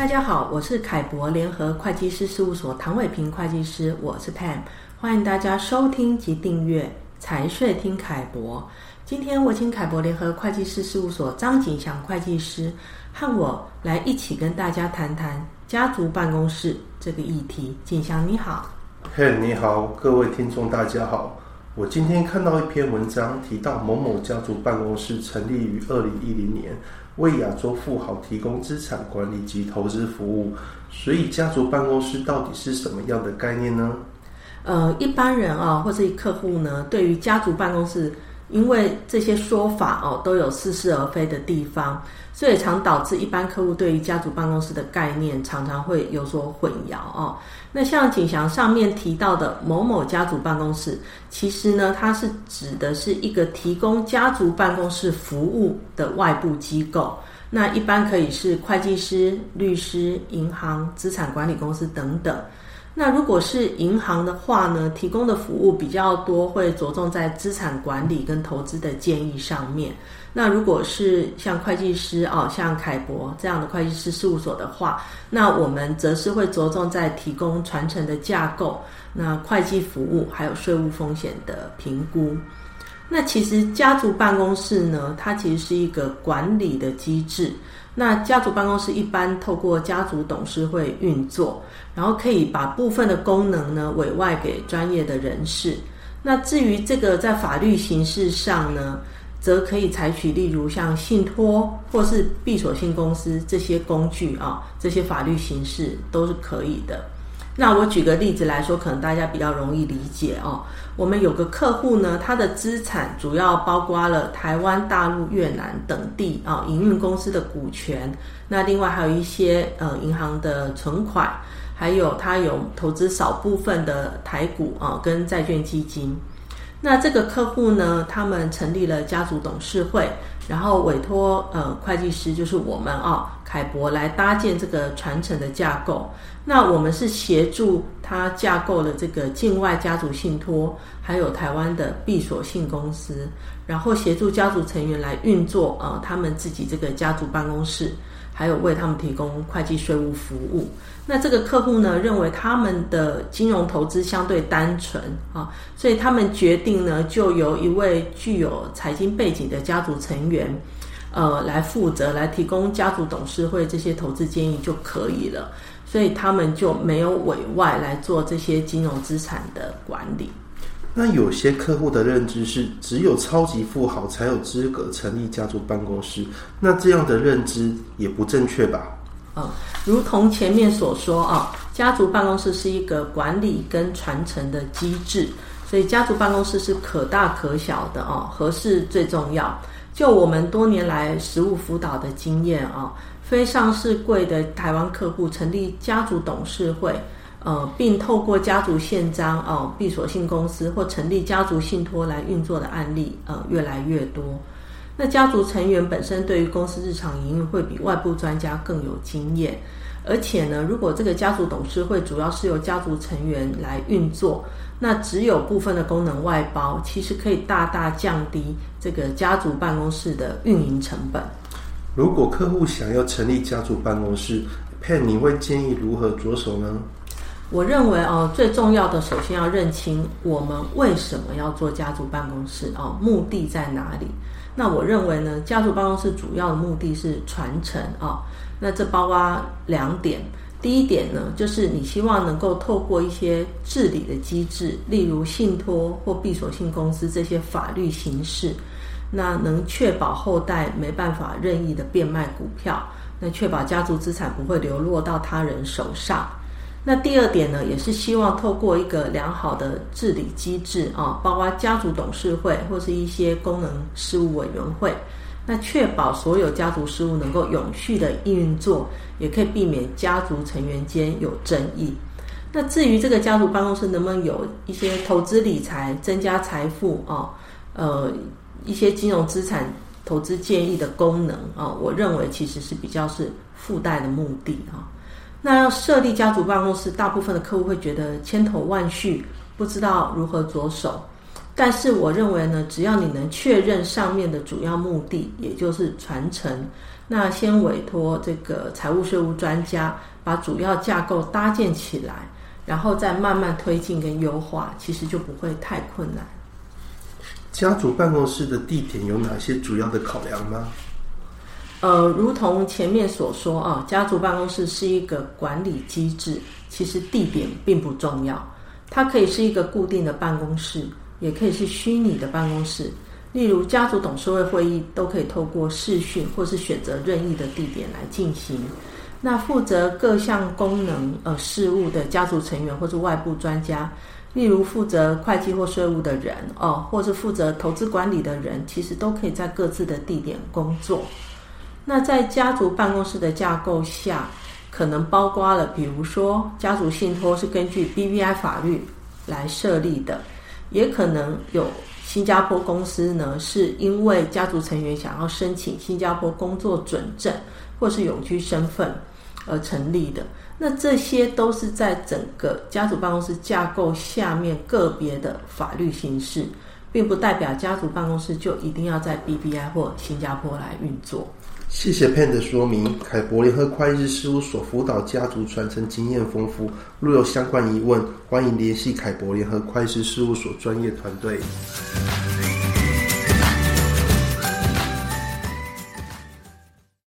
家好，我是凯博联合会计师事务所唐伟平会计师，我是 Pam， 欢迎大家收听及订阅财税听凯博。今天我请凯博联合会计师事务所张景祥会计师和我来一起跟大家谈谈家族办公室这个议题。景祥你好。 你好，各位听众大家好。我今天看到一篇文章提到某某家族办公室成立于2010年，为亚洲富豪提供资产管理及投资服务，所以家族办公室到底是什么样的概念呢？ 一般人或者客户呢，对于家族办公室，因为这些说法都有似是而非的地方，所以常导致一般客户对于家族办公室的概念常常会有所混淆。那像景祥上面提到的某某家族办公室，其实呢，它是指的是一个提供家族办公室服务的外部机构。那一般可以是会计师、律师、银行、资产管理公司等等。那如果是银行的话呢，提供的服务比较多，会着重在资产管理跟投资的建议上面。那如果是像会计师像凯博这样的会计师事务所的话，那我们则是会着重在提供传承的架构、那会计服务还有税务风险的评估。那其实家族办公室呢，它其实是一个管理的机制。那家族办公室一般透过家族董事会运作，然后可以把部分的功能呢委外给专业的人士。那至于这个在法律形式上呢，则可以采取例如像信托或是闭锁性公司这些工具这些法律形式都是可以的。那我举个例子来说，可能大家比较容易理解我们有个客户呢，他的资产主要包括了台湾、大陆、越南等地营运公司的股权，那另外还有一些银行的存款，还有他有投资少部分的台股跟债券基金。那这个客户呢，他们成立了家族董事会，然后委托会计师，就是我们凯博来搭建这个传承的架构。那我们是协助他架构了这个境外家族信托，还有台湾的闭锁性公司，然后协助家族成员来运作他们自己这个家族办公室，还有为他们提供会计税务服务。那这个客户呢，认为他们的金融投资相对单纯所以他们决定呢，就由一位具有财经背景的家族成员来负责，来提供家族董事会这些投资建议就可以了。所以他们就没有委外来做这些金融资产的管理。 那有些客户的认知是只有超级富豪才有资格成立家族办公室，那这样的认知也不正确吧？ 如同前面所说家族办公室是一个管理跟传承的机制，所以家族办公室是可大可小的合适最重要。就我们多年来实务辅导的经验非上市柜的台湾客户成立家族董事会并透过家族宪章闭锁性公司或成立家族信托来运作的案例越来越多。那家族成员本身对于公司日常营运会比外部专家更有经验，而且呢，如果这个家族董事会主要是由家族成员来运作，那只有部分的功能外包，其实可以大大降低这个家族办公室的运营成本。 如果客户想要成立家族办公室，Pen你会建议如何着手呢？ 我认为最重要的首先要认清我们为什么要做家族办公室目的在哪里。那我认为呢，家族办公室主要的目的是传承那这包括两点。第一点呢，就是你希望能够透过一些治理的机制，例如信托或闭锁性公司这些法律形式，那能确保后代没办法任意的变卖股票，那确保家族资产不会流落到他人手上。那第二点呢，也是希望透过一个良好的治理机制包括家族董事会或是一些功能事务委员会，那确保所有家族事务能够永续的运作，也可以避免家族成员间有争议。那至于这个家族办公室能不能有一些投资理财、增加财富一些金融资产投资建议的功能我认为其实是比较是附带的目的那要设立家族办公室，大部分的客户会觉得千头万绪，不知道如何着手。 但是我认为呢，只要你能确认上面的主要目的，也就是传承，那先委托这个财务税务专家把主要架构搭建起来，然后再慢慢推进跟优化，其实就不会太困难。 家族办公室的地点有哪些主要的考量吗？ 如同前面所说啊，家族办公室是一个管理机制，其实地点并不重要，它可以是一个固定的办公室，也可以是虚拟的办公室。例如家族董事会会议都可以透过视讯或是选择任意的地点来进行。那负责各项功能事务的家族成员或是外部专家，例如负责会计或税务的人或是负责投资管理的人，其实都可以在各自的地点工作。那在家族办公室的架构下，可能包括了比如说家族信托是根据 BVI 法律来设立的，也可能有新加坡公司呢，是因为家族成员想要申请新加坡工作准证或是永居身份而成立的。那这些都是在整个家族办公室架构下面个别的法律形式，并不代表家族办公室就一定要在 BVI 或新加坡来运作。 谢谢 Pen 的说明。凯博联合会计师事务所辅导家族传承经验丰富，若有相关疑问，欢迎联系凯博联合会计师事务所专业团队。